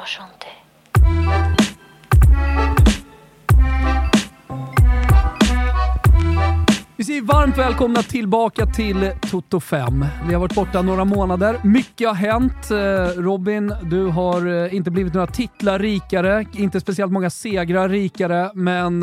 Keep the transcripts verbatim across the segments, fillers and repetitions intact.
chanter. Vi säger varmt välkomna tillbaka till Toto fem. Vi har varit borta några månader. Mycket har hänt. Robin, du har inte blivit några titlar rikare. Inte speciellt många segrar rikare. Men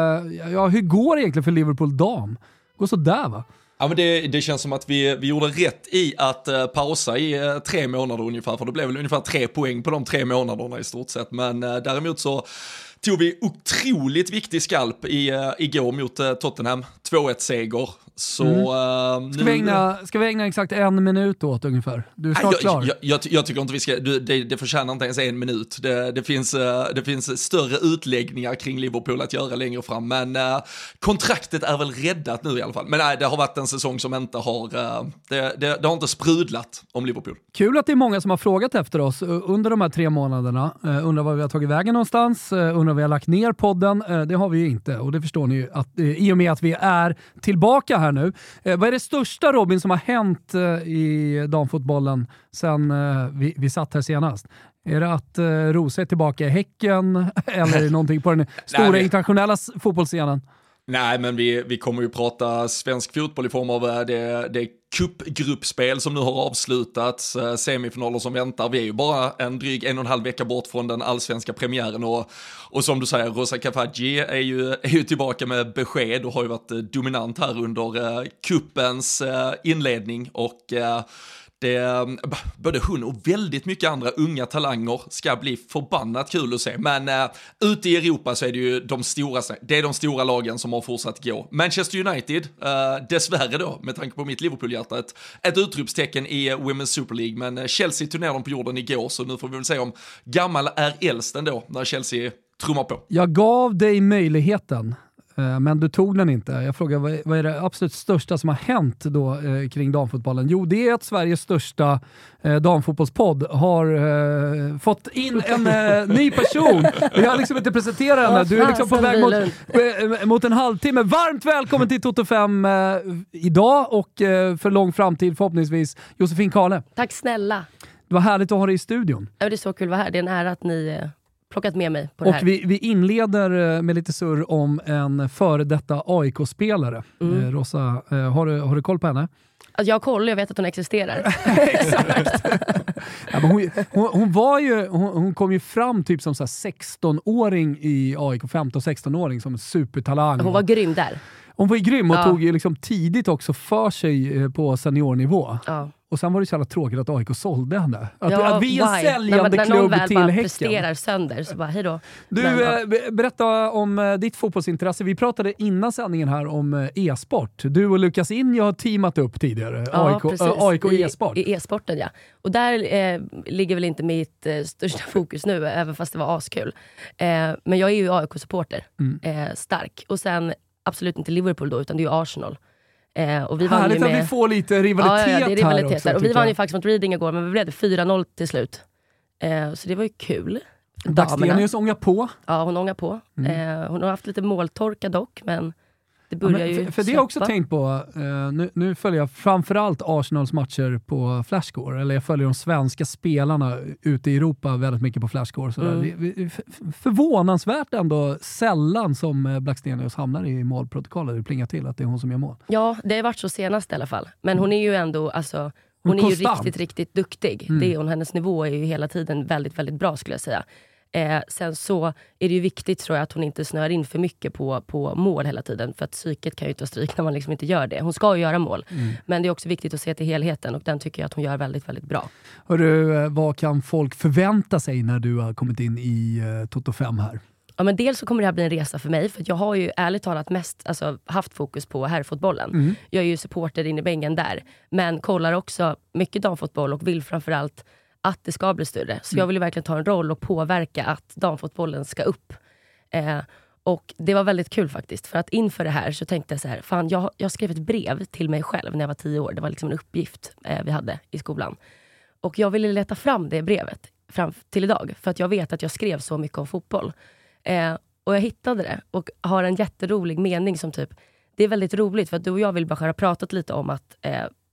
ja, hur går det egentligen för Liverpool dam? Går så där, va? Ja, men det, det känns som att vi, vi gjorde rätt i att uh, pausa i uh, tre månader ungefär. För det blev väl ungefär tre poäng på de tre månaderna i stort sett. Men uh, däremot så tog vi otroligt viktig skalp i, uh, igår mot uh, Tottenham. två ett seger. Så, mm. uh, ska, vi ägna, ska vi ägna exakt en minut åt ungefär? Du är snart jag, klar. Jag, jag, jag tycker inte vi ska, det, det förtjänar inte ens en minut. Det, det, finns, uh, det finns större utläggningar kring Liverpool att göra längre fram. Men uh, kontraktet är väl räddat nu i alla fall. Men nej, det har varit en säsong som inte har, uh, det, det, det har inte sprudlat om Liverpool. Kul att det är många som har frågat efter oss under de här tre månaderna. Uh, undrar vad vi har tagit vägen någonstans. Uh, undrar vad vi har lagt ner podden. Uh, det har vi ju inte. Och det förstår ni ju att, uh, i och med att vi är tillbaka här nu. Uh, vad är det största, Robin, som har hänt uh, i damfotbollen sen uh, vi, vi satt här senast? Är det att uh, Rosa är tillbaka i Häcken eller är det någonting på den stora Nej, internationella fotbollsscenen? Nej, men vi, vi kommer ju prata svensk fotboll i form av det, det cupgruppspel som nu har avslutats, semifinaler som väntar. Vi är ju bara en dryg en och en halv vecka bort från den allsvenska premiären och, och som du säger, Rosa Kafaji är ju, är ju tillbaka med besked och har ju varit dominant här under uh, kuppens uh, inledning och uh, det, både hon och väldigt mycket andra unga talanger ska bli förbannat kul att se. Men uh, ute i Europa så är det ju de stora, det är de stora lagen som har fortsatt gå. Manchester United, uh, dessvärre då, med tanke på mitt Liverpool-hjärta, ett, ett utropstecken i uh, Women's Super League. Men uh, Chelsea tog ner dem på jorden igår, så nu får vi väl se om gammal är äldst ändå när Chelsea trummar på. Jag gav dig möjligheten. Men du tog den inte. Jag frågar, vad är, vad är det absolut största som har hänt då eh, kring damfotbollen? Jo, det är att Sveriges största eh, damfotbollspodd har eh, fått in en eh, ny person. Vi har liksom inte presenterat henne. Du är liksom på väg mot, eh, mot en halvtimme. Varmt välkommen till Toto fem eh, idag och eh, för lång framtid förhoppningsvis. Josefin Kahle. Tack snälla. Det var härligt att ha dig i studion. Ja, det är så kul att vara här. Det är en ära att ni eh, plockat med mig på det och här. Vi, vi inleder med lite surr om en före detta A I K-spelare. Mm. Eh, Rosa, eh, har, du, har du koll på henne? Alltså jag har koll, jag vet att hon existerar. Exakt. Ja, men hon, hon, hon, var ju, hon, hon kom ju fram typ som så här sexton-åring i A I K, femton-sexton-åring som supertalang. Hon var grym där. Hon var ju grym och ja. tog ju liksom tidigt också för sig på seniornivå. Ja. Och sen var det så jävla tråkigt att A I K sålde henne. Att, ja, att vi är en säljande när, när klubb väl till bara Häcken. presterar sönder så bara, hej då. Du, Men, ja. berätta om ditt fotbollsintresse. Vi pratade innan sändningen här om e-sport. Du och Lukas Inge har teamat upp tidigare. Ja, A I K, precis. A I K I, e-sport. I e-sporten, ja. Och där eh, ligger väl inte mitt eh, största fokus nu, även fast det var askul. Eh, men jag är ju A I K-supporter. Mm. Eh, stark. Och sen absolut inte Liverpool då, utan det är ju Arsenal. Eh, och vi Härligt med... att vi får lite rivalitet, ja, ja, det är rivalitet här också. Där. Och vi vann ju faktiskt mot Reading igår, men vi blev det fyra noll till slut. Eh, så det var ju kul. Blackstenius ångar på. Ja, hon ångar på. Mm. Eh, hon har haft lite måltorka dock, men det börjar ja, men, ju för, för det har jag också tänkt på. Uh, nu, nu följer jag framförallt Arsenals matcher på Flashscore. Eller jag följer de svenska spelarna ute i Europa väldigt mycket på Flashscore. Mm. Det, det, förvånansvärt ändå sällan som Blackstenius hamnar i målprotokollet. Det plingar till att det är hon som gör mål. Ja, det har varit så senast i alla fall. Men hon är ju ändå, alltså, hon, hon är ju riktigt, riktigt duktig. Mm. Det är hon, hennes nivå är ju hela tiden väldigt, väldigt bra skulle jag säga. Eh, sen så är det ju viktigt tror jag att hon inte snör in för mycket på, på mål hela tiden, för att psyket kan ju inte stryk när man liksom inte gör det. Hon ska ju göra mål, mm. men det är också viktigt att se till helheten och den tycker jag att hon gör väldigt, väldigt bra. Hörru, vad kan folk förvänta sig när du har kommit in i uh, Toto fem här? Ja, men dels så kommer det här bli en resa för mig, för jag har ju ärligt talat mest alltså, haft fokus på herrfotbollen. Mm. Jag är ju supporter in i bängen där, men kollar också mycket damfotboll och vill framförallt att det ska bli större. Så mm. jag vill ju verkligen ta en roll och påverka att damfotbollen ska upp. Eh, och det var väldigt kul faktiskt. För att inför det här så tänkte jag så här, fan jag, jag skrev ett brev till mig själv när jag var tio år. Det var liksom en uppgift eh, vi hade i skolan. Och jag ville leta fram det brevet fram till idag. För att jag vet att jag skrev så mycket om fotboll. Eh, och jag hittade det och har en jätterolig mening som typ, det är väldigt roligt för att du och jag vill bara ha pratat lite om att eh,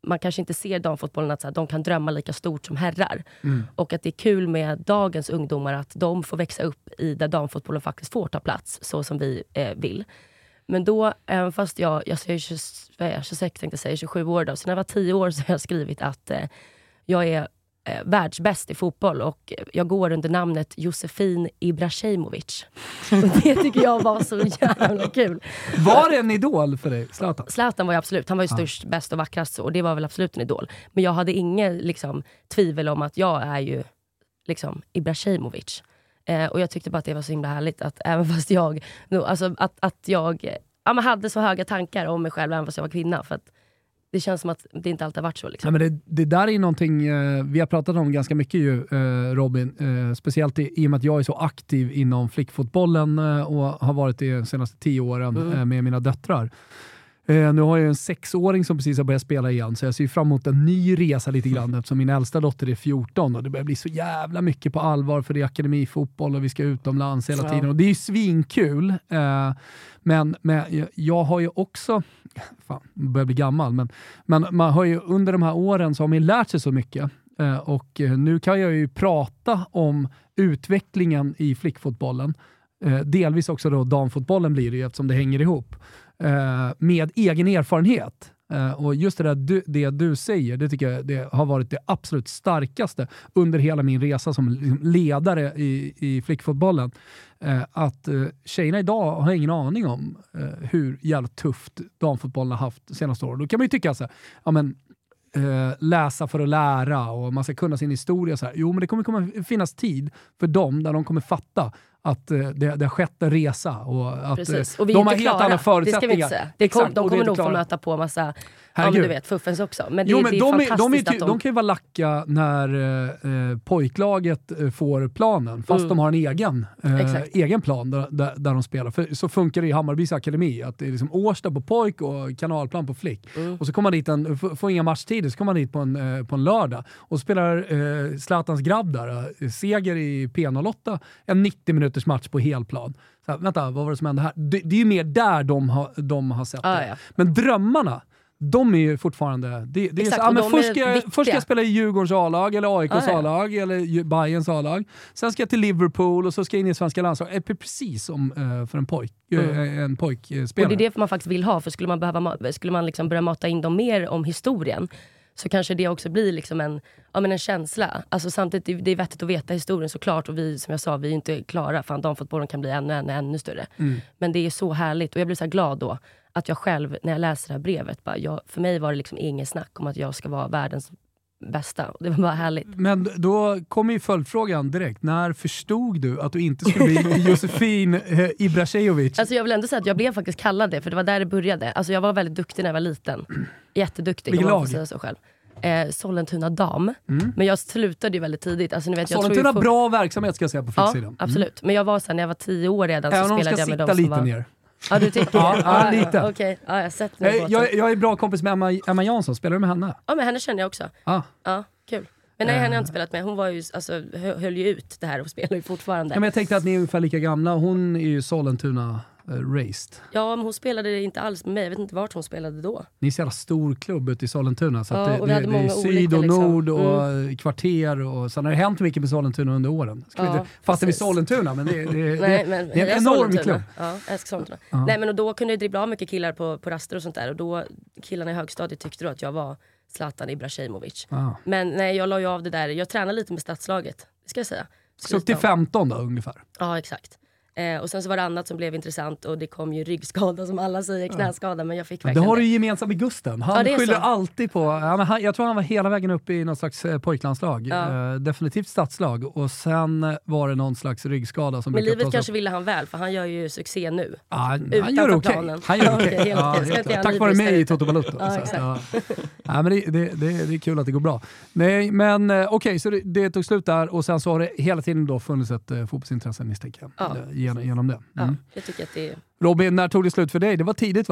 man kanske inte ser damfotbollen att så här, de kan drömma lika stort som herrar. Mm. Och att det är kul med dagens ungdomar att de får växa upp i där damfotbollen faktiskt får ta plats så som vi eh, vill. Men då, även fast jag, jag är tjugosex, tänkte säga, tjugosju år då, så när jag var tio år så har jag skrivit att eh, jag är eh, världsbäst i fotboll och jag går under namnet Josefin Ibrahimovic. Och det tycker jag var så jävla kul. Var det en idol för dig, Zlatan? Zlatan var ju absolut, han var ju ja. störst, bäst och vackrast och det var väl absolut en idol. Men jag hade ingen liksom, tvivel om att jag är ju liksom Ibrahimovic. Eh, och jag tyckte bara att det var så himla härligt att även fast jag, no, alltså att, att jag ja, men hade så höga tankar om mig själv även fast jag var kvinna, för att det känns som att det inte alltid har varit så. Liksom. Ja, men det, det där är någonting eh, vi har pratat om ganska mycket ju, eh, Robin. Eh, speciellt i, i och med att jag är så aktiv inom flickfotbollen eh, och har varit det de senaste tio åren mm. eh, med mina döttrar. Eh, nu har jag en sexåring som precis har börjat spela igen, så jag ser fram emot en ny resa lite grann eftersom min äldsta dotter är fjorton och det börjar bli så jävla mycket på allvar för det är akademifotboll och vi ska utomlands hela tiden och det är ju svinkul. Eh, men, men jag har ju också, fan, jag börjar bli gammal, men, men man har ju under de här åren så har man lärt sig så mycket. Eh, och nu kan jag ju prata om utvecklingen i flickfotbollen. Eh, delvis också då damfotbollen blir det ju eftersom det hänger ihop. Uh, med egen erfarenhet. Uh, och just det där du, det du säger, det tycker jag det har varit det absolut starkaste under hela min resa som ledare i, i flickfotbollen. Uh, att uh, tjejerna idag har ingen aning om uh, hur jävla tufft damfotbollen har haft senaste åren. Då kan man ju tycka så här, ja men Uh, läsa för att lära och man ska kunna sin historia så här. Jo, men det kommer komma finnas tid för dem där de kommer fatta att uh, det, det har skett en resa och att uh, och vi de har helt andra förutsättningar. Det ska vi inte säga. Det kom, de kommer nog få möta på massa ja, men du vet, fuffens också. Men det, jo, men det är de, fantastiskt de, är, de, de kan ju vara lacka när uh, pojklaget uh, får planen fast mm. de har en egen, uh, egen plan där, där, där de spelar. För så funkar det i Hammarbys akademi att det är liksom Årsta på pojk och kanalplan på flick. Mm. Och så kommer man dit en, f- får inga matchtider så kommer man dit på en, uh, på en lördag och spelar uh, Zlatans grabb där, uh, seger i P noll åtta, en nittio minuters match på helplan. Så här, vänta, vad var det som hände här? Det, det är ju mer där de har, de har sett ah, det. ja. Men drömmarna, de är ju fortfarande... Det, det är så, ja, men de först, ska jag, först ska jag spela i Djurgårdens A-lag eller A I K:s ah, ja. A-lag eller Bayerns A-lag. Sen ska jag till Liverpool och så ska jag in i svenska landslag. Precis som uh, för en pojk mm. en pojkspelare. Och det är det man faktiskt vill ha. För skulle man, behöva, skulle man liksom börja mata in dem mer om historien så kanske det också blir liksom en, ja, men en känsla. Alltså samtidigt, det, det är vettigt att veta historien såklart. Och vi, som jag sa, vi är inte klara. Fan, damfotbollen kan bli ännu, ännu, ännu större. Mm. Men det är så härligt. Och jag blir så här glad då att jag själv, när jag läser det här brevet, bara, jag, för mig var det liksom ingen snack om att jag ska vara världens bästa. Och det var bara härligt. Men då kommer ju följdfrågan direkt. När förstod du att du inte skulle bli Josefin eh, Ibrahimovic? Alltså jag vill ändå säga att jag blev faktiskt kallad det, för det var där det började. Alltså jag var väldigt duktig när jag var liten. Jätteduktig. Vilken lag? Säga så själv. Eh, Sollentuna dam. Mm. Men jag slutade ju väldigt tidigt. Alltså, ni vet, jag Sollentuna tror bra verksamhet ska jag säga på flicksidan. Ja, absolut. Mm. Men jag var sen när jag var tio år redan så Även spelade jag med dem som lite var... ner. Ja, du tycker ja, det? Ja, lite. Okej, okay. Ja, jag, sett jag, jag, jag är bra kompis med Emma, Emma Jansson. Spelar du med henne? Ja, men henne känner jag också. Ah. Ja, kul. Men nej, henne har jag inte spelat med. Hon var ju, alltså, höll ju ut det här och spelar ju fortfarande. Ja, men jag tänkte att ni är ungefär lika gamla. Hon är ju Sollentuna uh, raced. Ja, men hon spelade inte alls med mig. Jag vet inte vart hon spelade då. Ni är så jävla stor klubb ute i Sollentuna. Så ja, att det, och vi hade det, många det är syd olika, och nord liksom. och mm. kvarter. Och sen har det hänt mycket med Sollentuna under åren. Ska ja, vi inte fasta vid Sollentuna, men det, det, nej, det, men, det är en enorm Sollentuna. klubb. Ja, jag älskar Sollentuna. Uh-huh. Nej, men och då kunde jag dribbla av mycket killar på, på raster och sånt där. Och då, killarna i högstadiet tyckte då att jag var Zlatan Ibrahimovic. Ah. Men nej, jag la ju av det där. Jag tränar lite med stadslaget, det ska jag säga. Så upp till femton då ungefär? Ja, exakt. Eh, och sen så var det annat som blev intressant och det kom ju ryggskada som alla säger, knäskada, men jag fick verkligen det. har det. du gemensamt med Gusten. Han ja, skyller så. alltid på, ja, men han, jag tror han var hela vägen upp i någon slags eh, pojklandslag. Ja. Eh, definitivt stadslag. Och sen var det någon slags ryggskada som... Men livet kanske ville han väl, för han gör ju succé nu. Ja, han gör det okej. Okay. Han gör okay. okay, ja, okay. Tack vare mig i Toto Balotto. Ja, ja. ja, men det, det, det, det är kul att det går bra. Nej, men okej, okay, så det, det tog slut där och sen så har det hela tiden då funnits ett eh, fotbollsintresse, misstänker jag. Ja. Genom, genom det. Mm. Ja, jag tycker att det är... Robin, när tog det slut för dig? Det var tidigt, va?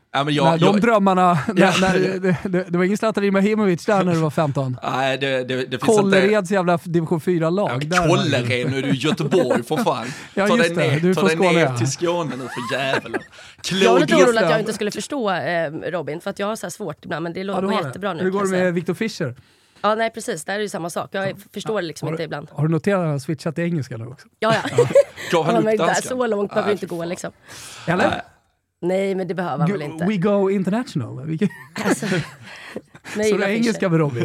Ja, men jag, när de jag, drömmarna, ja. när, när, det, det, det var ingen Zlatan Ibrahimovic där när du var femton. Nej, det, det, det finns Kållereds jävla division fyra-lag. Ja, Kållered, nu är du i Göteborg för fan. Ja, ta just dig det, ner, du ta får dig Skåne, ner ja. till Skåne nu för jävlar. Jag var lite Klågris- orolig att jag inte skulle förstå eh, Robin, för att jag har så här svårt ibland, men det låter Ja, jättebra nu. Hur går det kan jag säga. med Victor Fischer? Ja, nej precis, där är det ju samma sak. Jag förstår det liksom Har inte du- ibland. Har du noterat att han har switchat till engelska nu också? Ja, ja. Gav han Ja, upp men där, danskan? så långt behöver Nej, inte fy gå fan. liksom. Eller? Nej. Nej, men det behöver han väl inte. We go international. Vi- Alltså, Så nej, det gillar är engelska Fischer. med Robin.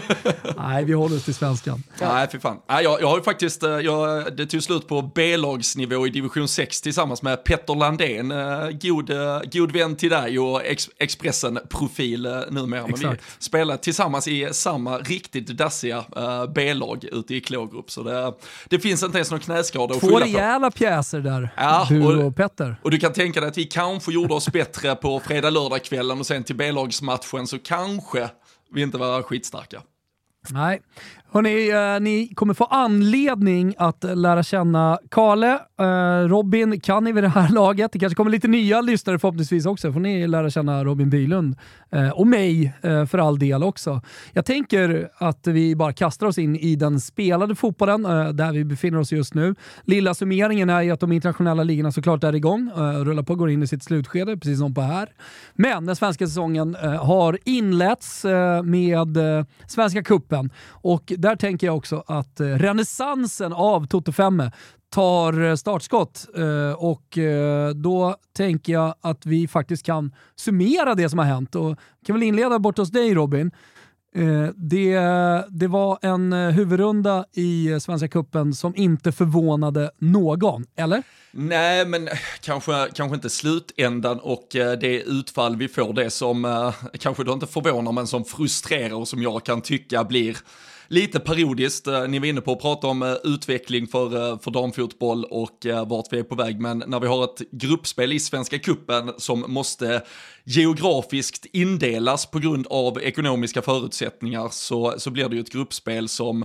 Nej, vi håller oss till svenskan. Nej, för fan. Nej, jag, jag har ju faktiskt, eh, jag, det tog slut på B-lagsnivå i division sex tillsammans med Petter Landén. Eh, God, eh, god vän till dig och ex, Expressen-profil eh, numera. Men vi Exakt. spelar tillsammans i samma riktigt dassiga eh, B-lag ute i Klågrupp. Så det, det finns inte ens någon knäskada att Två skylla på. rejäla pjäser där, Ja, du och- och Petter. Och du kan tänka dig att vi kanske gjorde oss bättre på fredag-lördagskvällen och sen till B-lagsmatchen så kanske vi inte var skitstarka. Nej. Hörrni, eh, ni kommer få anledning att lära känna Kalle. Eh, Robin kan ni vid det här laget. Det kanske kommer lite nya lyssnare förhoppningsvis också. Får ni lära känna Robin Bylund. Eh, och mig eh, för all del också. Jag tänker att vi bara kastar oss in i den spelade fotbollen eh, där vi befinner oss just nu. Lilla summeringen är ju att de internationella ligorna såklart är igång. Eh, rullar på, går in i sitt slutskede, precis som på här. Men den svenska säsongen eh, har inletts eh, med eh, Svenska cupen. Och där tänker jag också att eh, renässansen av Toto Femme tar eh, startskott. Eh, och eh, då tänker jag att vi faktiskt kan summera det som har hänt. Och kan väl inleda bort hos dig, Robin. Eh, det, det var en eh, huvudrunda i eh, Svenska cupen som inte förvånade någon, eller? Nej, men kanske, kanske inte slutändan och eh, det utfall vi får, det som eh, kanske då inte förvånar men som frustrerar och som jag kan tycka blir lite periodiskt. Eh, ni var inne på att prata om eh, utveckling för, eh, för damfotboll och eh, vart vi är på väg, men när vi har ett gruppspel i Svenska cupen som måste geografiskt indelas på grund av ekonomiska förutsättningar så, så blir det ju ett gruppspel som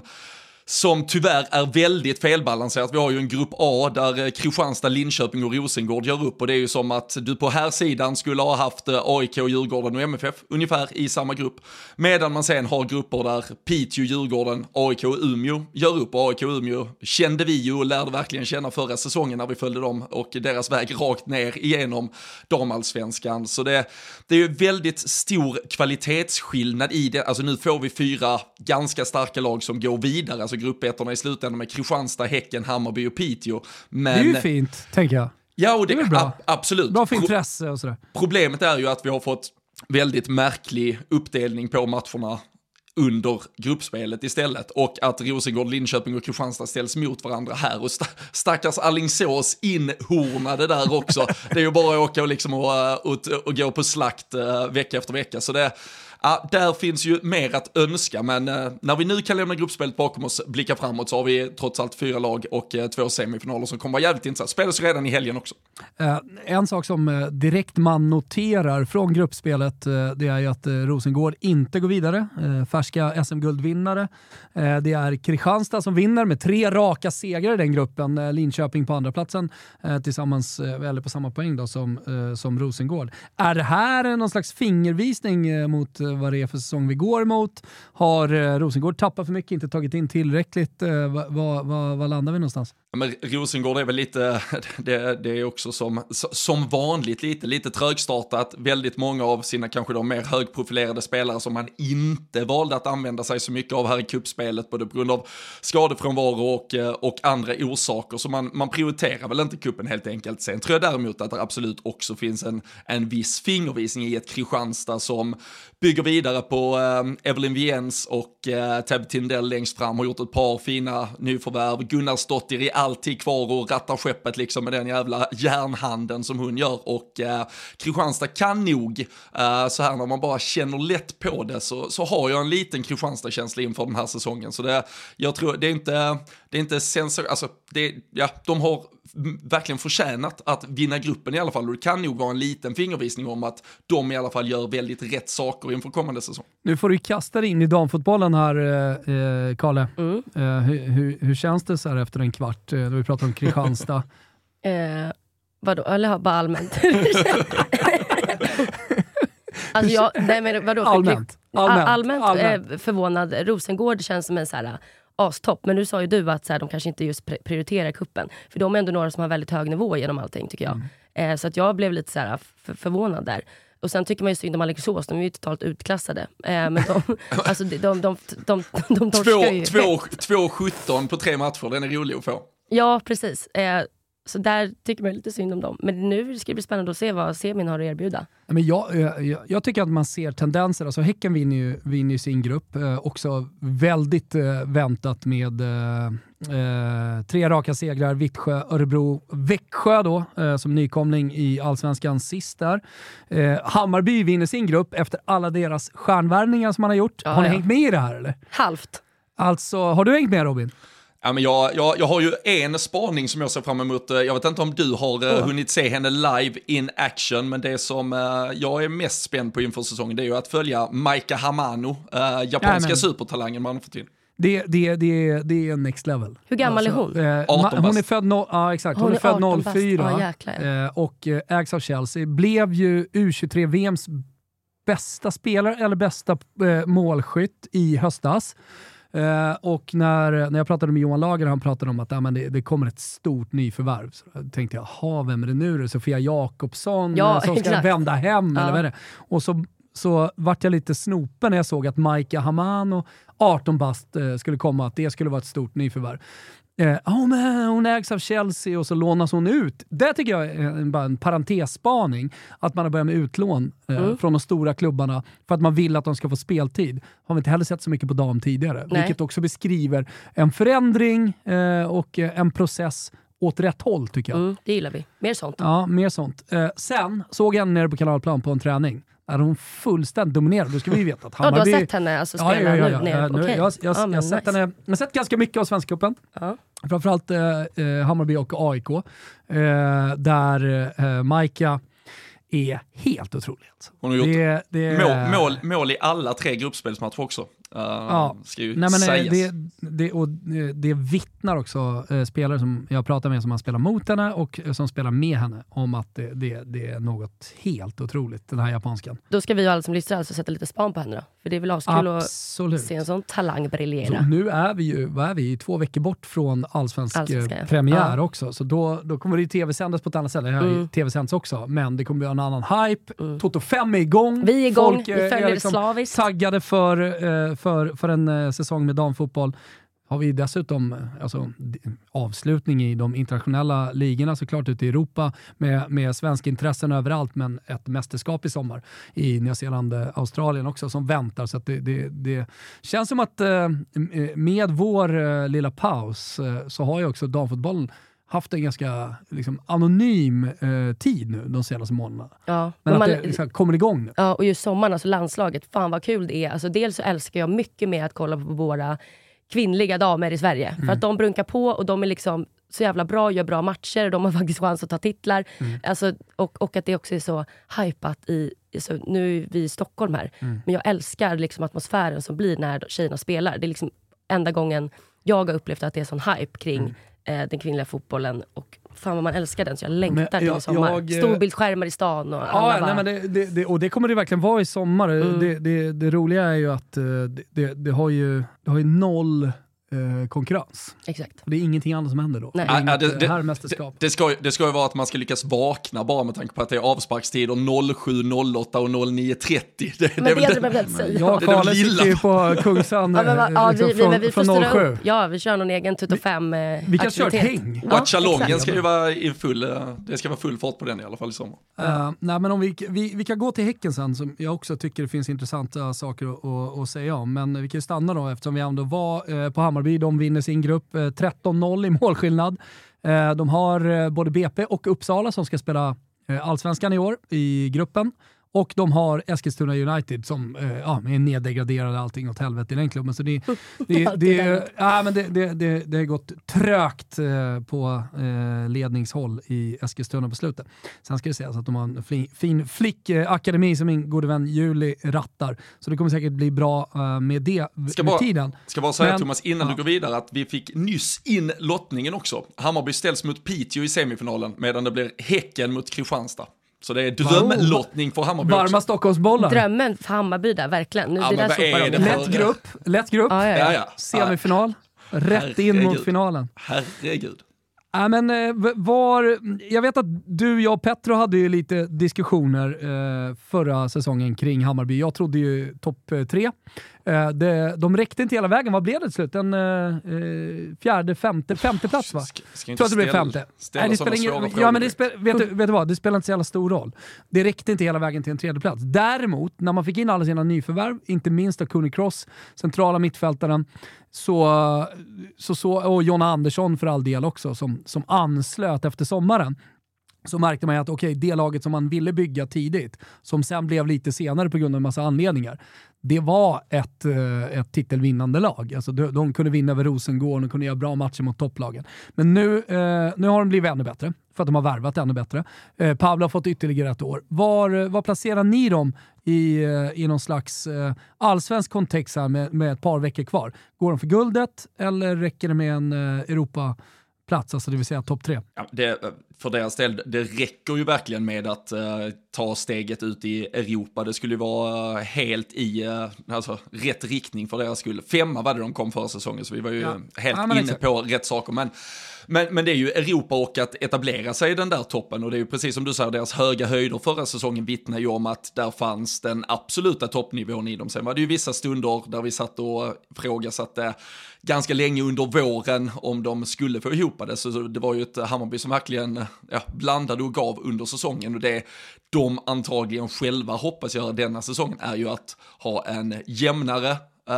som tyvärr är väldigt felbalanserat. Vi har ju en grupp A där Kristianstad, Linköping och Rosengård gör upp och det är ju som att du på här sidan skulle ha haft A I K, Djurgården och M F F ungefär i samma grupp. Medan man sen har grupper där Piteå, Djurgården, A I K och Umeå gör upp. A I K och Umeå kände vi ju och lärde verkligen känna förra säsongen när vi följde dem och deras väg rakt ner igenom damallsvenskan. Så det, det är ju väldigt stor kvalitetsskillnad i det. Alltså nu får vi fyra ganska starka lag som går vidare. Alltså gruppettorna i slutändan med Kristianstad, Häcken, Hammarby och Piteå. Men, Det är ju fint, tänker jag. ja, och det, Det är bra. a- absolut. Bra för Pro- intresse och sådär. Problemet är ju att vi har fått väldigt märklig uppdelning på matcherna under gruppspelet istället och att Rosengård, Linköping och Kristianstad ställs mot varandra här och st- stackars Alingsås inhornade där också. Det är ju bara att åka och, liksom och, och, och gå på slakt uh, vecka efter vecka. Så det, ja, där finns ju mer att önska, men uh, när vi nu kan lämna gruppspelet bakom oss, blicka framåt, så har vi trots allt fyra lag och uh, två semifinaler som kommer vara jävligt intressant. Spelas redan i helgen också. Eh, en sak som eh, direkt man noterar från gruppspelet eh, det är ju att eh, Rosengård inte går vidare. Eh, färska S M-guldvinnare. Eh, det är Kristianstad som vinner med tre raka segrar i den gruppen. Eh, Linköping på andra platsen eh, tillsammans, eh, eller på samma poäng då, som, eh, som Rosengård. Är det här någon slags fingervisning eh, mot eh, vad det är för säsong vi går emot? Har eh, Rosengård tappat för mycket, inte tagit in tillräckligt? Eh, vad va, va, va landar vi någonstans? Ja, men Rosengård är väl lite, det, det är också som, som vanligt lite, lite trögstartat. Väldigt många av sina kanske de mer högprofilerade spelare som man inte valde att använda sig så mycket av här i kuppspelet, både på grund av skadefrånvaro och, och andra orsaker. Så man, man prioriterar väl inte kuppen helt enkelt. Sen tror jag däremot att det absolut också finns en, en viss fingervisning i ett Kristianstad som bygger vidare på eh, Evelyn Viens och eh, Tab Tindell längst fram, har gjort ett par fina nyförvärv. Gunnar Stottir är alltid kvar och rattar skeppet liksom med den jävla järnhanden som hon gör, och eh, Kristianstad kan nog eh, så här när man bara känner lätt på det, så, så har jag en liten Kristianstad-känsla inför den här säsongen. Så det, jag tror det är inte, det är inte sensor, alltså det, ja, de har verkligen förtjänat att vinna gruppen i alla fall, och det kan nog vara en liten fingervisning om att de i alla fall gör väldigt rätt saker inför kommande säsong. Nu får du kasta dig in i damfotbollen här, eh, Kalle. Mm. Eh, hur, hur, hur känns det så här efter en kvart eh, när vi pratar om Kristianstad? Eh, vadå? Eller bara allmänt? Alltså jag, nej, men vadå, allmänt. Allmänt, allmänt, allmänt. Eh, förvånad. Rosengård känns som en så här astopp. Men nu sa ju du att så här, de kanske inte just prioriterar kuppen. För de är ändå några som har väldigt hög nivå genom allting, tycker jag. Mm. Eh, så att jag blev lite så här för, förvånad där. Och sen tycker man ju synd om Alingsås, de är ju totalt utklassade. Eh, men de, alltså de, de, de, de, de, de torskar ju. två sjutton på tre matcher, den är rolig att få. Ja, precis. Eh, så där tycker man lite synd om dem. Men nu ska det bli spännande att se vad semin har att erbjuda. Men jag, jag, jag tycker att man ser tendenser. Alltså Häcken vinner ju, vinner ju sin grupp. Eh, också väldigt eh, väntat med eh, eh, tre raka segrar. Vittsjö, Örebro, Växjö då, eh, som nykomling i Allsvenskan sist där. Eh, Hammarby vinner sin grupp efter alla deras stjärnvärvningar som man har gjort. Ja, har ni ja. hängt med i det här eller? Halvt. Alltså, har du hängt med, Robin? Ja, men jag, jag, jag har ju en spaning som jag ser fram emot. Jag vet inte om du har oh. hunnit se henne live in action, men det som uh, jag är mest spänd på inför säsongen, det är ju att följa Maika Hamano, uh, japanska ja, supertalangen man har fått in. Det, det, det, det är next level. Hur gammal alltså, är hon? Eh, arton hon är född, no, ja, exakt. Hon, hon är, är född noll fyra ah, jäklar, eh, och eh, ägs av Chelsea. Blev ju U tjugotre V M:s bästa spelare eller bästa eh, målskytt i höstas. Uh, och när, när jag pratade med Johan Lager, han pratade om att ah, men det, det kommer ett stort nyförvärv. Så jag tänkte jag, ha vem är det nu? Det Sofia Jakobsson ja, som ska exakt. vända hem. Ja. Eller vad är det? Och så, så vart jag lite snopen när jag såg att Maika Hamano, arton bast, uh, skulle komma. Att det skulle vara ett stort nyförvärv. Eh, oh, men hon ägs av Chelsea och så lånas hon ut. Det tycker jag är en, bara en parentesspaning. Att man har börjat med utlån eh, mm. från de stora klubbarna för att man vill att de ska få speltid. Har vi inte heller sett så mycket på dam tidigare. Nej. Vilket också beskriver en förändring eh, och eh, en process åt rätt håll, tycker jag. Mm, det gillar vi. Mer sånt. Ja, mer sånt. Eh, sen såg jag nere på Kanalplan på en träning. Är hon fullständigt dominerad. Då ska vi veta att Hammarby... Ja, du har sett henne alltså spela ja, ja, ja, nu? ja. nu okay. Jag, jag, ja, jag, nice. sett henne, jag har sett ganska mycket av Svenska cupen. Ja. Framförallt eh, Hammarby och A I K. Eh, där eh, Maika är helt otroligt. Hon har gjort det, det, mål, mål, mål i alla tre gruppspelsmatcher också. Uh, ja, ska ju nej, men sägas. Det, det, och det vittnar också eh, spelare som jag pratar med som har spelat mot henne och eh, som spelar med henne om att det, det, det är något helt otroligt, den här japanskan. Då ska vi ju alla som lyssnar alltså sätta lite span på henne då. För det är väl askul att se en sån talang briljera. Så nu är vi ju, vad är vi, två veckor bort från allsvensk, allsvensk ja. premiär ja. också. Så då, då kommer det ju tv-sändas på ett annat ställe. Det här är mm. tv-sänds också. Men det kommer bli en annan hype. Mm. Toto fem är igång. Vi är igång, folk vi följer är liksom slaviskt. Taggade för, för, för en säsong med damfotboll. Har vi dessutom alltså, avslutning i de internationella ligorna såklart ute i Europa med, med svenska intressen överallt, men ett mästerskap i sommar i Nya Zeeland, Australien också som väntar. Så att det, det, det känns som att med vår lilla paus så har ju också damfotbollen haft en ganska liksom, anonym eh, tid nu de senaste månaderna. Ja, men, men att man, det liksom, kommer igång nu. Ja, och just sommaren, alltså landslaget, fan vad kul det är. Alltså, dels så älskar jag mycket med att kolla på våra kvinnliga damer i Sverige. Mm. För att de brunkar på och de är liksom så jävla bra, gör bra matcher och de har faktiskt chans att ta titlar. Mm. Alltså, och, och att det också är så hypat i, så nu är vi i Stockholm här. Mm. Men jag älskar liksom atmosfären som blir när tjejerna spelar. Det är liksom enda gången jag har upplevt att det är sån hype kring mm. den kvinnliga fotbollen och fan vad man älskar den så jag längtar till sommar. Jag, Storbildsskärmar i stan och ja, alla bara... nej, men det, det, det, och det kommer det verkligen vara i sommar. Mm. Det, det, det roliga är ju att det, det, det, har, ju, det har ju noll eh, konkurrens. Exakt. Det är ingenting annat som händer då. Nej. Det, är ja, det, det, här mästerskap. Det, det, ska, det ska ju vara att man ska lyckas vakna bara med tanke på att det är avsparkstider noll sju, noll åtta och noll nio trettio. Det, men det, det, det, det, det, det, jag och Karle sitter ju på Kungsan ja, men, ja, liksom, vi, från, vi från noll sju. Ja, vi kör någon egen Toto fem eh, Vi kan köra ett häng. Ja, och Chalongen ska ju vara i full, det ska vara full fart på den i alla fall i sommar. Uh, nej, men om vi, vi, vi kan gå till Häcken sen som jag också tycker det finns intressanta saker att, att, att säga om. Men vi kan ju stanna då eftersom vi ändå var eh, på Hammarby. De vinner sin grupp eh, tretton noll i målskillnad. Eh, de har eh, både B P och Uppsala som ska spela eh, Allsvenskan i år i gruppen. Och de har Eskilstuna United som eh, ja, är neddegraderade allting åt helvete i den klubben. Så det, det, det, det, ja, men det, det, det, det har gått trögt eh, på eh, ledningshåll i Eskilstuna på slutet. Sen ska det sägas att de har en fin, fin flickakademi som min gode vän Juli rattar. Så det kommer säkert bli bra eh, med det ska med bara, tiden. Ska bara säga men, Thomas innan ja. du går vidare att vi fick nyss in lottningen också. Hammarby ställs mot Piteå i semifinalen medan det blir Häcken mot Kristianstad. Så det är drömlottning för Hammarby. Varma Stockholmsbollar. Drömmen för Hammarby där, verkligen. Nu, Ja, det men där vad är de det med. för- Lätt grupp, lätt grupp. Ja, ja, ja. Ja, ja. Semifinal. Rätt in mot Herregud. finalen. Herregud. Ja, men, eh, v- var, jag vet att du, jag och Petro hade ju lite diskussioner eh, förra säsongen kring Hammarby. Jag trodde ju topp eh, tre. Eh, det, de räckte inte hela vägen. Vad blev det till slut? En eh, fjärde, femte, femte plats va? Ska, ska Jag inte tror att det blev ställa, femte. ställa Nej, det sådana spelar svåra ingen, frågor. ja, men det spel, vet, du, vet du vad? Det spelar inte så jävla stor roll. Det räckte inte hela vägen till en tredje plats. Däremot, när man fick in alla sina nyförvärv, inte minst av Cooney Cross, centrala mittfältaren, så, så, så, och Jonna Andersson för all del också, som, som anslöt efter sommaren, så märkte man ju att okej, okay, det laget som man ville bygga tidigt, som sen blev lite senare på grund av en massa anledningar, det var ett, ett titelvinnande lag. Alltså de, de kunde vinna över Rosengård och kunde göra bra matcher mot topplagen. Men nu, eh, nu har de blivit ännu bättre, för att de har värvat ännu bättre. Eh, Pablo har fått ytterligare ett år. Var, var placerar ni dem i, i någon slags eh, allsvensk kontext här med, med ett par veckor kvar? Går de för guldet eller räcker det med en eh, Europa plats, alltså det vill säga topp tre? Ja, det, för deras del, det räcker ju verkligen med att uh, ta steget ut i Europa. Det skulle ju vara uh, helt i uh, alltså, rätt riktning för deras skull. Femma var det de kom förra säsongen, så vi var ju ja. helt ja, inne exakt. på rätt saker. Men, men, men det är ju Europa och att etablera sig i den där toppen. Och det är ju precis som du säger, deras höga höjder förra säsongen vittnar ju om att där fanns den absoluta toppnivån i dem. Sen var det ju vissa stunder där vi satt och frågasatte ganska länge under våren om de skulle få ihop det. Så det var ju ett Hammarby som verkligen ja, blandade och gav under säsongen. Och det de antagligen själva hoppas göra denna säsongen är ju att ha en jämnare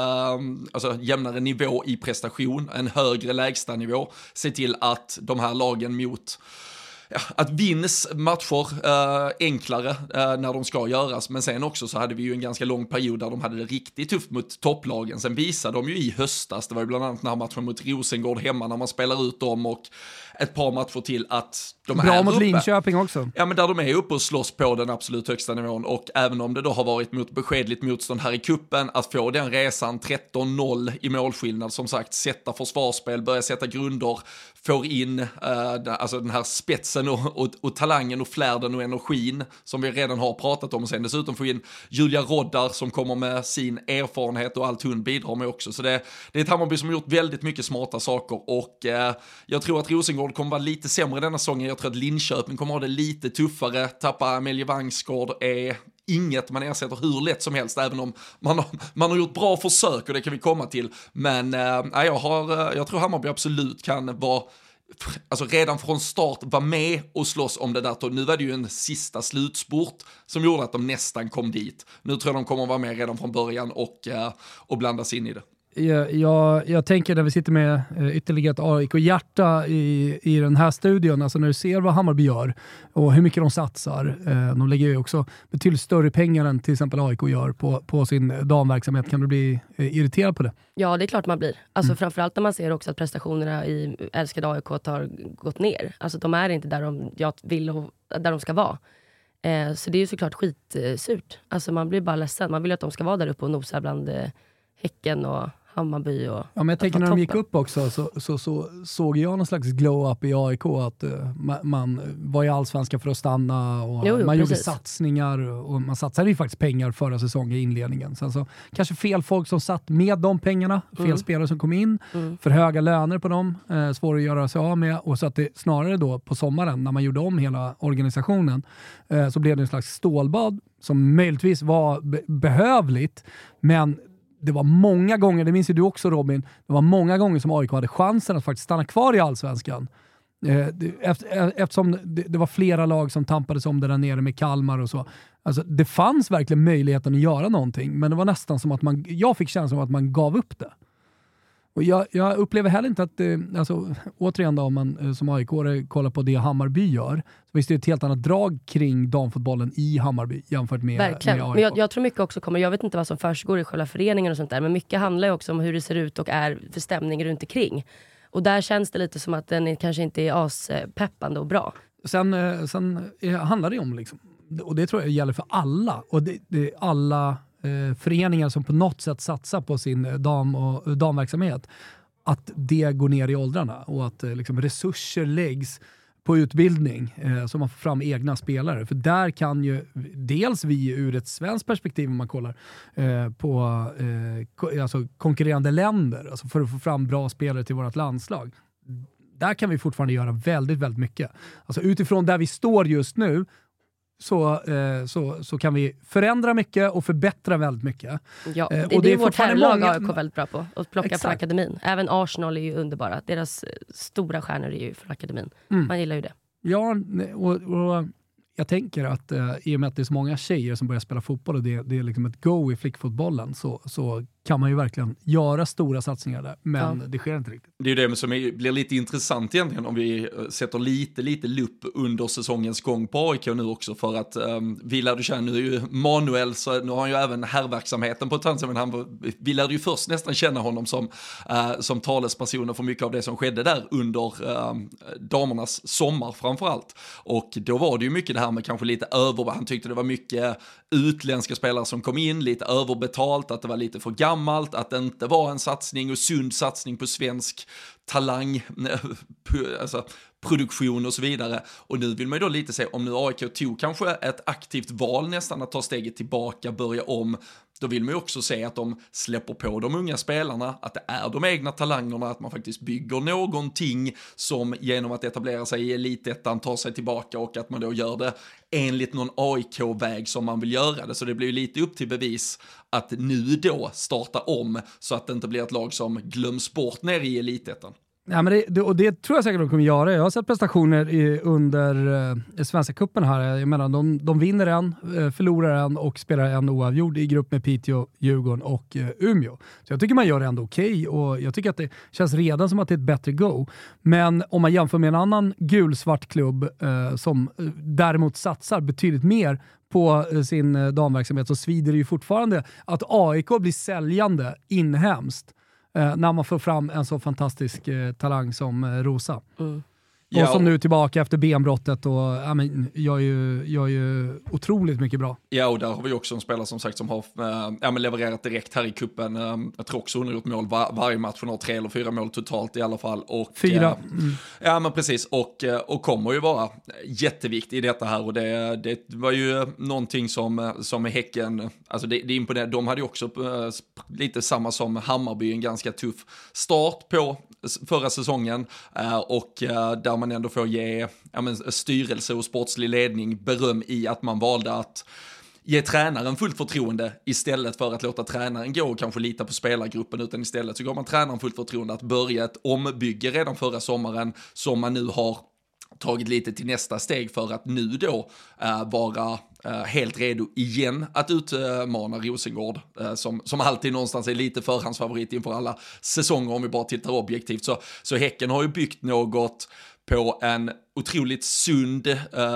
Um, alltså jämnare nivå i prestation, en högre lägsta nivå, se till att de här lagen mot ja, att vinns matcher uh, enklare uh, när de ska göras, men sen också så hade vi ju en ganska lång period där de hade det riktigt tufft mot topplagen. Sen visade de ju i höstas, det var ju bland annat den här matchen mot Rosengård hemma när man spelar ut dem och ett par matcher till att de Bra är mot uppe. Linköping också. Ja, men där de är uppe och slåss på den absolut högsta nivån, och även om det då har varit mot beskedligt motstånd här i kuppen, att få den resan tretton noll i målskillnad, som sagt, sätta försvarsspel, börja sätta grunder, får in uh, alltså den här spetsen och, och, och talangen och flärden och energin som vi redan har pratat om, och sen dessutom få in Julia Roddar som kommer med sin erfarenhet och allt hon bidrar med också. Så det, det är ett Hammarby som har gjort väldigt mycket smarta saker, och uh, jag tror att Rosengård kommer vara lite sämre denna säsongen. Jag tror att Linköping kommer ha det lite tuffare. Tappa Amelie Vangsgård är inget man ersätter hur lätt som helst, även om man har, man har gjort bra försök, och det kan vi komma till. Men äh, jag, har, jag tror Hammarby absolut kan vara, alltså redan från start vara med och slåss om det där. Nu var det ju en sista slutspurt som gjorde att de nästan kom dit. Nu tror jag de kommer att vara med redan från början och, äh, och blandas in i det. Jag, jag, jag tänker när vi sitter med ytterligare ett A I K-hjärta i, i den här studion, alltså när du ser vad Hammarby gör och hur mycket de satsar, eh, de lägger ju också betydligt större pengar än till exempel A I K gör på, på sin damverksamhet. Kan du bli eh, irriterad på det? Ja, det är klart man blir. Alltså Mm. framförallt när man ser också att prestationerna i älskade A I K har gått ner. Alltså de är inte där de, jag vill och, där de ska vara. Eh, så det är ju såklart skitsurt. Alltså man blir bara ledsen. Man vill ju att de ska vara där uppe och nosa bland eh, Häcken och Hammarby. Och ja, men jag tänker när de gick upp också så, så, så såg jag någon slags glow-up i A I K, att uh, man, man var i allsvenska för att stanna och jo, jo, man precis. gjorde satsningar, och man satsade ju faktiskt pengar förra säsongen i inledningen. Sen så kanske fel folk som satt med de pengarna, fel mm. spelare som kom in, mm. för höga löner på dem, eh, svåra att göra sig av med, och så att det snarare då på sommaren när man gjorde om hela organisationen eh, så blev det en slags stålbad som möjligtvis var be- behövligt, men det var många gånger, det minns ju du också Robin, det var många gånger som A I K hade chansen att faktiskt stanna kvar i allsvenskan. Eh, efter, eftersom det, det var flera lag som tampades om det där nere med Kalmar och så. Alltså, det fanns verkligen möjligheten att göra någonting, men det var nästan som att man, jag fick känslan av att man gav upp det. Och jag, jag upplever heller inte att, eh, alltså, återigen då, om man eh, som A I K kollar på det Hammarby gör, så finns det ett helt annat drag kring damfotbollen i Hammarby jämfört med, Verkligen. med A I K. Men jag, jag tror mycket också kommer, jag vet inte vad som försiggår i själva föreningen och sånt där, men mycket handlar ju också om hur det ser ut och är för stämning runt omkring. Och där känns det lite som att den är, kanske inte är aspeppande och bra. Sen, eh, sen eh, handlar det om, liksom, och det tror jag gäller för alla, och det, det alla föreningar som på något sätt satsar på sin dam- och damverksamhet, att det går ner i åldrarna och att liksom, resurser läggs på utbildning eh, så man får fram egna spelare. För där kan ju dels vi ur ett svenskt perspektiv om man kollar eh, på eh, ko- alltså konkurrerande länder, alltså för att få fram bra spelare till vårt landslag. Där kan vi fortfarande göra väldigt, väldigt mycket. Alltså utifrån där vi står just nu så, eh, så, så kan vi förändra mycket och förbättra väldigt mycket. Ja, det, eh, och det, det är är vårt fortfarande herrlag många- A I K väldigt bra på. Att plocka Exakt. från akademin. Även Arsenal är ju underbara. Deras eh, stora stjärnor är ju från akademin. Mm. Man gillar ju det. Ja, och, och jag tänker att eh, i och med att det är så många tjejer som börjar spela fotboll och det, det är liksom ett go i flickfotbollen så, så kan man ju verkligen göra stora satsningar där. Men Ja. det sker inte riktigt. Det är ju det som är, blir lite intressant egentligen om vi sätter lite, lite lupp under säsongens gång på A I K nu också för att um, vi lärde känna, nu är ju Manuel, så nu har han ju även herrverksamheten på ett annat sätt, men han, vi lärde ju först nästan känna honom som, uh, som talespersoner för mycket av det som skedde där under uh, damernas sommar framförallt. Och då var det ju mycket det här med kanske lite över, han tyckte det var mycket utländska spelare som kom in, lite överbetalt, att det var lite för gammalt, att det inte var en satsning och sund satsning på svensk talang, alltså produktion och så vidare. Och nu vill man ju då lite se, om nu A I K tog kanske ett aktivt val nästan att ta steget tillbaka, börja om, då vill man ju också se att de släpper på de unga spelarna, att det är de egna talangerna, att man faktiskt bygger någonting som genom att etablera sig i elitettan tar sig tillbaka och att man då gör det enligt någon A I K-väg som man vill göra det. Så det blir ju lite upp till bevis att nu då starta om så att det inte blir ett lag som glöms bort ner i elitettan. Ja, men det, det, och det tror jag säkert de kommer göra. Jag har sett prestationer i, under eh, Svenska cupen här. Jag menar, de, de vinner en, eh, förlorar en och spelar en oavgjord i grupp med Piteå, Djurgården och eh, Umeå. Så jag tycker man gör det ändå okej okay, och jag tycker att det känns redan som att det är ett bättre go. Men om man jämför med en annan gulsvart klubb eh, som eh, däremot satsar betydligt mer på eh, sin eh, damverksamhet, så svider det ju fortfarande att A I K blir säljande inhemskt Eh, när man får fram en så fantastisk eh, talang som eh, Rosa. Mm. Och Ja, som nu är tillbaka efter benbrottet och ja, men, jag är ju, jag är ju otroligt mycket bra. Ja, och där har vi också en spelare som sagt som har äh, ja, men levererat direkt här i kuppen. Äh, jag tror också hon har gjort mål var, varje match, hon har tre eller fyra mål totalt i alla fall. Och, Fyra. Äh, mm. Ja, men precis. Och, och kommer ju vara jätteviktig i detta här. Och det, det var ju någonting som, som Häcken, alltså det, det är imponerande. De hade ju också äh, lite samma som Hammarby, en ganska tuff start på förra säsongen. Äh, och äh, där man ändå får ge ja, men, styrelse och sportslig ledning beröm i att man valde att ge tränaren fullt förtroende istället för att låta tränaren gå och kanske lita på spelargruppen, utan istället så gav man tränaren fullt förtroende att börja ett ombygge redan förra sommaren som man nu har tagit lite till nästa steg för att nu då äh, vara äh, helt redo igen att utmana Rosengård äh, som, som alltid någonstans är lite förhandsfavorit inför alla säsonger om vi bara tittar objektivt. Så, så Häcken har ju byggt något på en otroligt sund,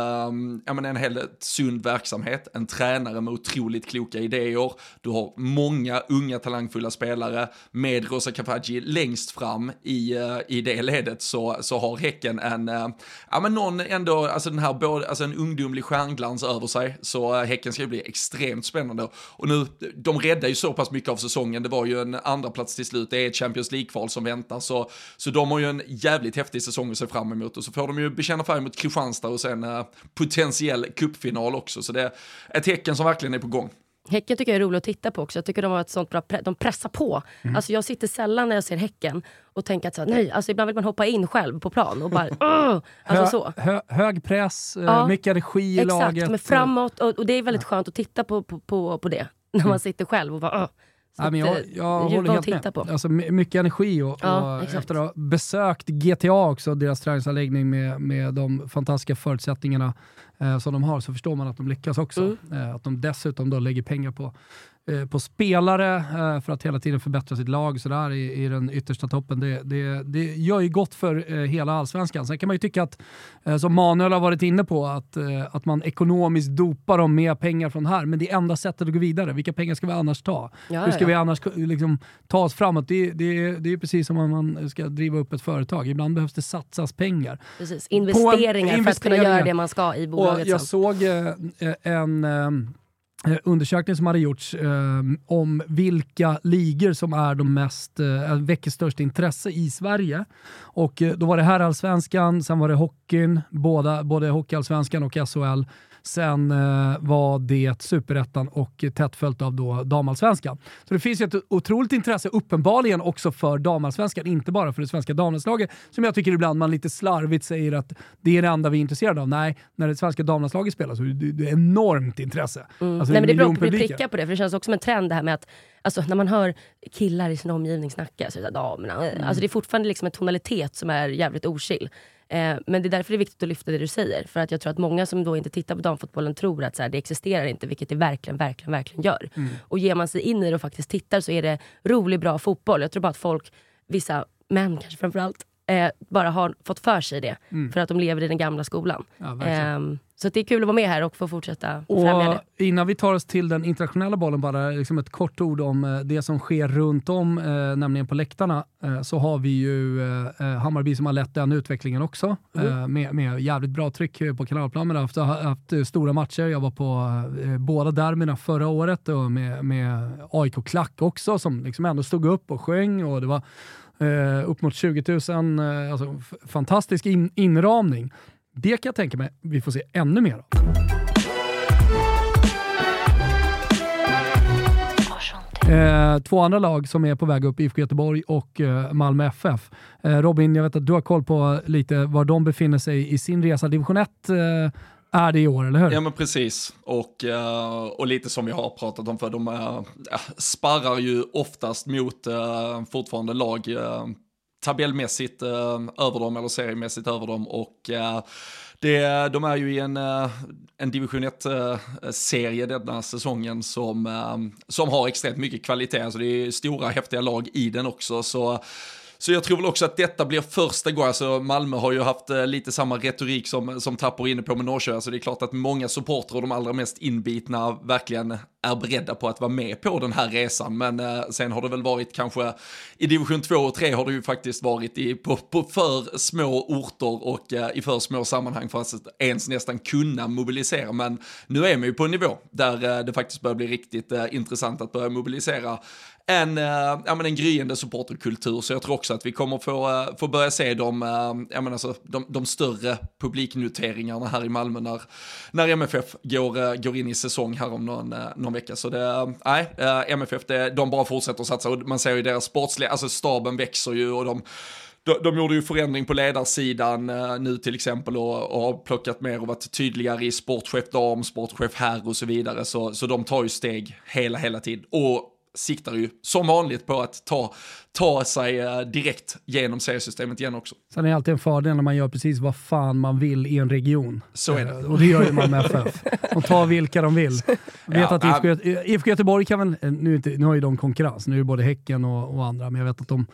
um, jag menar en helt sund verksamhet, en tränare med otroligt kloka idéer. Du har många unga talangfulla spelare med Rosa Kafaji längst fram i, uh, i det ledet, så, så har Häcken en, uh, ja men någon ändå, alltså den här både, alltså en ungdomlig stjärnglans över sig, så uh, Häcken ska ju bli extremt spännande. Och nu, de räddar ju så pass mycket av säsongen, det var ju en andra plats till slut, det är ett Champions League-kval som väntar, så, så de har ju en jävligt häftig säsong att se fram emot, och så får de ju bekänna färg mot Kristianstad och sen uh, potentiell cupfinal också, så det är ett Häcken som verkligen är på gång. Häcken tycker jag är roligt att titta på också. Jag tycker de har ett sånt bra pre- de pressar på. Mm. Alltså jag sitter sällan när jag ser Häcken och tänker att så här, nej, alltså ibland vill man hoppa in själv på plan och bara uh, alltså hö, så. Hö, hög press, ja, mycket energi i exakt, laget. Exakt, men framåt och, och det är väldigt skönt att titta på, på, på, på det när man sitter själv och bara uh. Ja, men jag jag håller helt med. På. Alltså, mycket energi och, ja, och efter att ha besökt G T A också, deras träningsanläggning med, med de fantastiska förutsättningarna eh, som de har, så förstår man att de lyckas också. Mm. Eh, att de dessutom då lägger pengar på på spelare eh, för att hela tiden förbättra sitt lag så där i, i den yttersta toppen. Det, det, det gör ju gott för eh, hela allsvenskan. Sen kan man ju tycka att, eh, som Manuel har varit inne på, att, eh, att man ekonomiskt dopar dem med pengar från här. Men det är enda sättet att gå vidare. Vilka pengar ska vi annars ta? Ja, Hur ska ja. vi annars liksom, ta oss framåt? Det, det, det är precis som om man ska driva upp ett företag. Ibland behövs det satsas pengar. Precis. Investeringar, en, investeringar för att kunna göra det man ska i bolaget. Och jag sen. såg eh, en... Eh, undersökning som hade gjorts eh, om vilka ligor som är de mest eh, väcker störst intresse i Sverige. Och eh, då var det här allsvenskan, sen var det hockeyn, båda, både hockeyallsvenskan och S H L. Sen eh, var det superettan och tätt följt av då damallsvenskan. Så det finns ju ett otroligt intresse uppenbarligen också för damallsvenskan, inte bara för det svenska damlandslaget, som jag tycker ibland man lite slarvigt säger att det är det enda vi är intresserade av. Nej, när det svenska damlandslaget spelar så är det, det är enormt intresse. Mm. Alltså, Nej, men det är bra att vi prickar på det, för det känns också som en trend det här med att alltså, när man hör killar i sin omgivning snacka så är det, damerna, mm. alltså, det är fortfarande liksom en tonalitet som är jävligt oskill. Eh, men det är därför det är viktigt att lyfta det du säger. För att jag tror att många som då inte tittar på damfotbollen tror att så här, det existerar inte, vilket det verkligen, verkligen, verkligen gör. Mm. Och ger man sig in i det och faktiskt tittar så är det rolig, bra fotboll. Jag tror bara att folk, vissa män kanske framförallt, eh, bara har fått för sig det. Mm. För att de lever i den gamla skolan. Ja, eh, så det är kul att vara med här och få fortsätta och främja det. Innan vi tar oss till den internationella bollen, bara liksom ett kort ord om det som sker runt om, eh, nämligen på läktarna, eh, så har vi ju eh, Hammarby som har lett den utvecklingen också, mm. eh, med, med jävligt bra tryck på kanalplan. Men har haft, haft stora matcher. Jag var på eh, båda derbyna förra året och med, med A I K-klack också, som liksom ändå stod upp och sjöng, och det var eh, upp mot tjugo tusen, eh, alltså f- fantastisk in, inramning. Det kan jag tänka mig vi får se ännu mer av. Eh, två andra lag som är på väg upp, I F K Göteborg och eh, Malmö F F. Eh, Robin, jag vet att du har koll på lite var de befinner sig i sin resa. Division ett eh, är det i år, eller hur? Ja, men precis. Och, uh, och lite som vi har pratat om, för de uh, sparrar ju oftast mot uh, fortfarande lag uh, tabellmässigt uh, över dem eller seriemässigt över dem, och uh, det, de är ju i en, uh, en division ett-serie uh, denna säsongen som, uh, som har extremt mycket kvalitet, alltså det är stora häftiga lag i den också, så Så jag tror väl också att detta blir första gången, alltså Malmö har ju haft eh, lite samma retorik som, som Tapper inne på med Norrköping, så det är klart att många supportrar och de allra mest inbitna verkligen är beredda på att vara med på den här resan, men eh, sen har det väl varit kanske i division två och tre har det ju faktiskt varit i, på, på för små orter och eh, i för små sammanhang för att ens nästan kunna mobilisera, men nu är man ju på en nivå där eh, det faktiskt börjar bli riktigt eh, intressant att börja mobilisera en, äh, ja, men en gryende supporterkultur, så jag tror också att vi kommer få, äh, få börja se de, äh, ja, men alltså, de, de större publiknoteringarna här i Malmö när, när M F F går, äh, går in i säsong här om någon, äh, någon vecka. Så det, nej, äh, M F F, det, de bara fortsätter att satsa, och man ser ju deras sportsliga, alltså staben växer ju, och de De, de gjorde ju förändring på ledarsidan uh, nu till exempel, och, och har plockat mer och varit tydligare i sportchef dam, sportchef här och så vidare, så, så de tar ju steg hela, hela tiden, och siktar ju som vanligt på att ta, ta sig uh, direkt genom seriesystemet igen också. Sen är det alltid en fördel när man gör precis vad fan man vill i en region. Så är det. Uh, och det gör ju man med F F. De tar vilka de vill. Jag vet ja, att I F K, I F K Göteborg kan väl, nu, inte, nu har ju de konkurrens, nu är det både Häcken och, och andra, men jag vet att de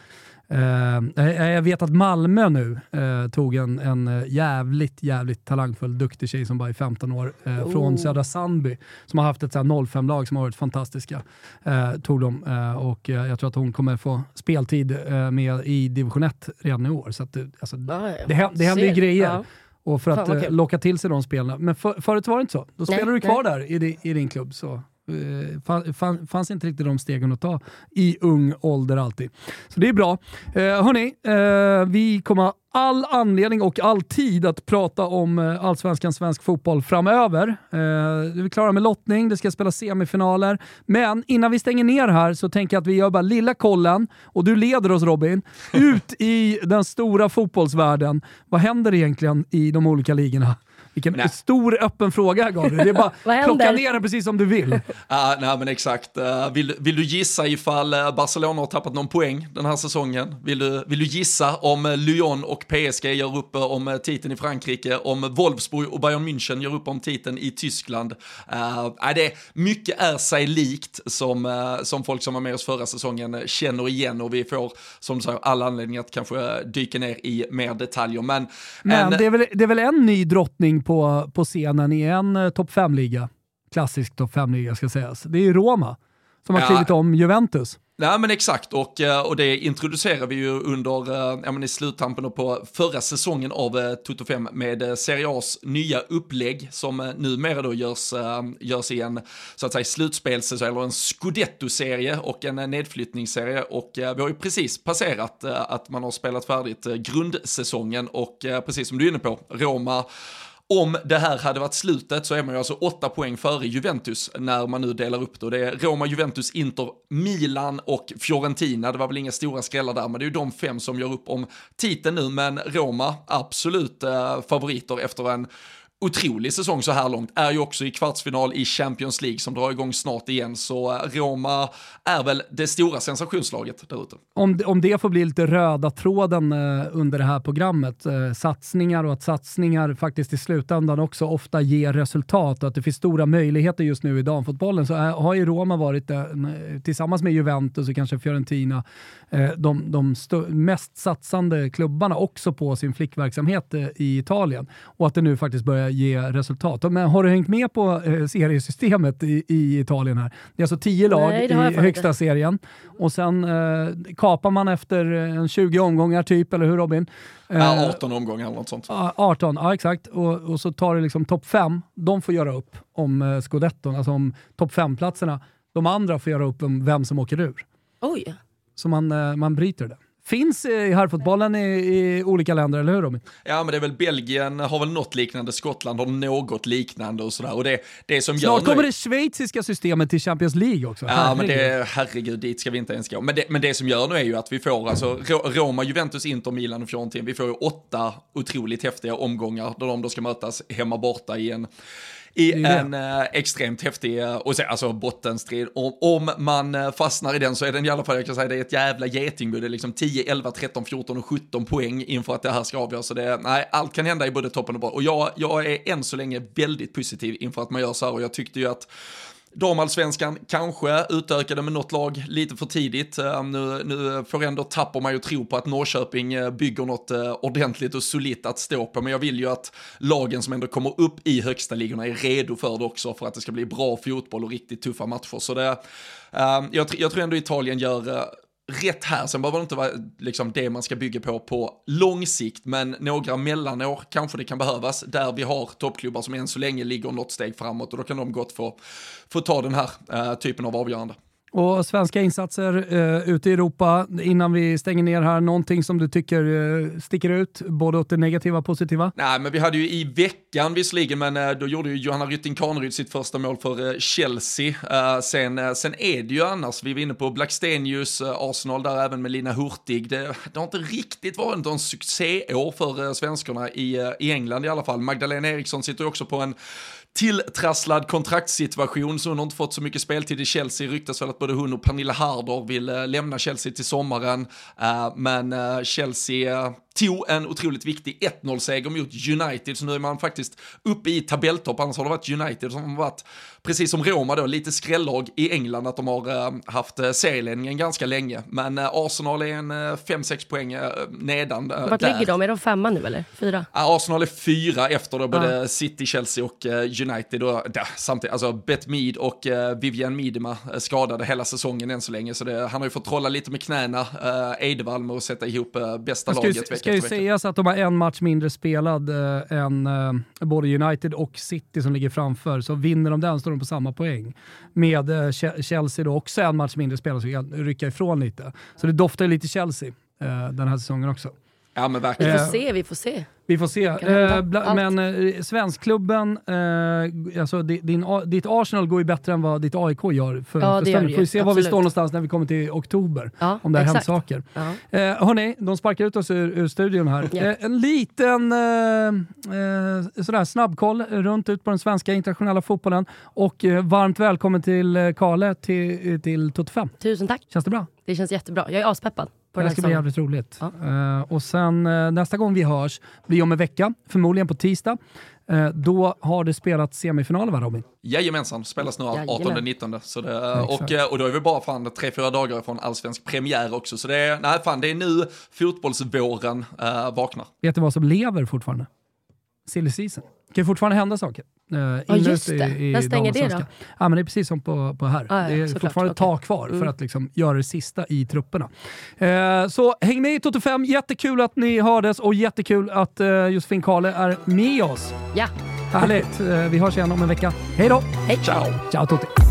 Uh, jag vet att Malmö nu uh, tog en, en jävligt, jävligt talangfull, duktig tjej som bara är femton år uh, oh. från Södra Sandby, som har haft ett noll fem-lag som har varit fantastiska. Uh, tog de, uh, och uh, jag tror att hon kommer få speltid uh, med i division ett redan i år. Så att, alltså, ah, ja. det, det händer ju grejer. Ja. Och för att uh, locka till sig de spelarna. Men för, förut var det inte så. Då spelar nej, du kvar nej. där i, di, i din klubb, så Uh, fann, fanns inte riktigt de stegen att ta i ung ålder alltid. Så det är bra. Uh, hörni, uh, vi kommer ha all anledning och all tid att prata om uh, allsvenskan svensk fotboll framöver. Uh, vi är klara med lottning, det ska spelas semifinaler. Men innan vi stänger ner här så tänker jag att vi gör bara lilla kollen, och du leder oss, Robin, ut i den stora fotbollsvärlden. Vad händer egentligen i de olika ligorna? Vilken nej. stor öppen fråga, Gabriel. Det är bara plocka ner den precis som du vill. Uh, nej, men exakt. Uh, vill, vill du gissa ifall Barcelona har tappat någon poäng den här säsongen? Vill du, vill du gissa om Lyon och P S G gör upp om titeln i Frankrike? Om Wolfsburg och Bayern München gör upp om titeln i Tyskland? Uh, nej, det är, mycket är sig likt som, uh, som folk som var med oss förra säsongen känner igen, och vi får, som du sa, alla anledningar att kanske dyka ner i mer detaljer. Men, men en, det, är väl, det är väl en ny drottning på, på scenen i en uh, topp fem-liga. Klassisk topp fem-liga ska sägas. Det är ju Roma som har ja. klivit om Juventus. Nej men exakt, och, och det introducerar vi ju under ja, men i sluttampen på förra säsongen av Toto fem med Serie A's nya upplägg som numera då görs, görs i en så att säga slutspelssäsong eller en Scudetto-serie och en nedflyttningsserie, och vi har ju precis passerat att man har spelat färdigt grundsäsongen, och precis som du är inne på, Roma, om det här hade varit slutet så är man ju alltså åtta poäng före Juventus när man nu delar upp det. Det är Roma, Juventus, Inter, Milan och Fiorentina. Det var väl inga stora skrällar där, men det är ju de fem som gör upp om titeln nu. Men Roma, absolut eh, favoriter efter en otrolig säsong så här långt, är ju också i kvartsfinal i Champions League som drar igång snart igen, så Roma är väl det stora sensationslaget där ute. Om, om det får bli lite röda tråden eh, under det här programmet, eh, satsningar och att satsningar faktiskt i slutändan också ofta ger resultat och att det finns stora möjligheter just nu i damfotbollen, så är, har ju Roma varit eh, tillsammans med Juventus och kanske Fiorentina eh, de, de stö- mest satsande klubbarna också på sin flickverksamhet eh, i Italien, och att det nu faktiskt börjar ge resultat. Men har du hängt med på eh, seriesystemet i, i Italien här? Det är alltså tio lag Nej, i högsta serien, och sen eh, kapar man efter en tjugo omgångar typ, eller hur Robin? Eh, ja, arton omgångar eller något sånt. arton, ja exakt. Och, och så tar det liksom topp fem, de får göra upp om eh, Scudetton, alltså om topp fem-platserna. De andra får göra upp om vem som åker ur. Oj. Så man, eh, man bryter det. Finns i herrfotbollen i, i olika länder, eller hur Robin? Ja, men det är väl Belgien har väl något liknande, Skottland har något liknande och sådär. Och det, det som Snart gör kommer nu... det schweiziska systemet till Champions League också. Ja, herregud. men det, herregud, dit ska vi inte ens gå. Men det, men det som gör nu är ju att vi får alltså Roma, Juventus, Inter, Milan och Fiorentina. Vi får ju åtta otroligt häftiga omgångar där de då ska mötas hemma borta i en i en eh, extremt häftig eh, och så, alltså bottenstrid. Om, om man eh, fastnar i den så är den i alla fall, jag kan säga, det är ett jävla getingbud. Det är liksom tio, elva, tretton, fjorton och sjutton poäng inför att det här ska avgöras. Så det, nej, allt kan hända i både toppen och bra. Och jag, jag är än så länge väldigt positiv inför att man gör så här, och jag tyckte ju att damallsvenskan kanske utökade med något lag lite för tidigt. Uh, nu, nu får ändå tappar man ju tro på att Norrköping uh, bygger något uh, ordentligt och solitt att stå på. Men jag vill ju att lagen som ändå kommer upp i högsta ligorna är redo för det också, för att det ska bli bra fotboll och riktigt tuffa matcher. Så det, uh, jag, jag tror ändå Italien gör... Uh, rätt här, sen behöver det inte vara liksom det man ska bygga på på lång sikt, men några mellanår kanske det kan behövas, där vi har toppklubbar som än så länge ligger något steg framåt, och då kan de gott få, få ta den här uh, typen av avgörande. Och svenska insatser uh, ute i Europa innan vi stänger ner här, någonting som du tycker uh, sticker ut, både åt det negativa och positiva? Nej, men vi hade ju i veckan visserligen, men uh, då gjorde ju Johanna Rytting-Kaneryd sitt första mål för uh, Chelsea. Uh, sen, uh, sen är det ju annars, vi var inne på Blackstenius, uh, Arsenal där även med Lina Hurtig. Det, det har inte riktigt varit någon succéår för uh, svenskarna i, uh, i England i alla fall. Magdalena Eriksson sitter ju också på en tilltrasslad kontraktssituation, så hon har inte fått så mycket speltid i Chelsea. Ryktas väl att både hon och Pernilla Harder vill uh, lämna Chelsea till sommaren. Uh, men uh, Chelsea uh, tog en otroligt viktig ett noll-seger mot United, så nu är man faktiskt uppe i tabelltopp. Annars har det varit United som har varit, precis som Roma då, lite skrällag i England, att de har uh, haft uh, serieledningen ganska länge. Men uh, Arsenal är en uh, fem sex poäng uh, nedan. Uh, Vart ligger de? Är de femma nu eller? Fyra? Uh, Arsenal är fyra efter då, både uh. City, Chelsea och uh, United. Och, uh, samtidigt, alltså Beth Mead och uh, Vivian Miedema uh, skadade hela säsongen än så länge, så det, han har ju fått trolla lite med knäna, uh, Eidevall, med att sätta ihop uh, bästa ska laget ju, vecka ska ju sägas att de har en match mindre spelad uh, än uh, både United och City som ligger framför, så vinner de den står de på samma poäng. Med uh, Chelsea då också en match mindre spelad, så kan rycka ifrån lite. Så det doftar lite Chelsea uh, den här säsongen också. Ja, men vi får se, vi får se. Vi får se. Eh, bla, men eh, svenskklubben, eh, alltså din, ditt Arsenal går ju bättre än vad ditt A I K gör. För, ja, det för gör får vi se absolut. var vi står någonstans när vi kommer till oktober. Ja, om det har hänt exakt. saker. Ja. Eh, hörrni, de sparkar ut oss ur, ur studion här. Ja. Eh, en liten eh, eh, sådär snabbkoll runt ut på den svenska internationella fotbollen. Och eh, varmt välkommen till eh, Karle till, till Toto fem. Tusen tack. Känns det bra? Det känns jättebra. Jag är aspeppad. Det ska bli jävligt roligt. Ja. Uh, och sen uh, nästa gång vi hörs blir om en vecka, förmodligen på tisdag. Uh, då har det spelat semifinaler, va Robin? Jajamensan, spelas nu artonde nittonde. Så det, ja, och, och då är vi bara fan tre, fyra dagar från allsvensk premiär också. Så det är, nej fan, det är nu fotbollsvåren uh, vaknar. Vet du vad som lever fortfarande? Silly season. kan ju fortfarande hända saker. Uh, ja just det, i, i när stänger det då? Ja, men det är precis som på, på här. Ah, ja, det är såklart. fortfarande ett tag kvar mm. för att liksom göra det sista i trupperna. Uh, så häng med i Toto fem, jättekul att ni hördes och jättekul att uh, Josefin Kahle är med oss. Ja. Härligt, uh, vi hörs igen om en vecka. Hej då! Hej! Ciao! Ciao Totti!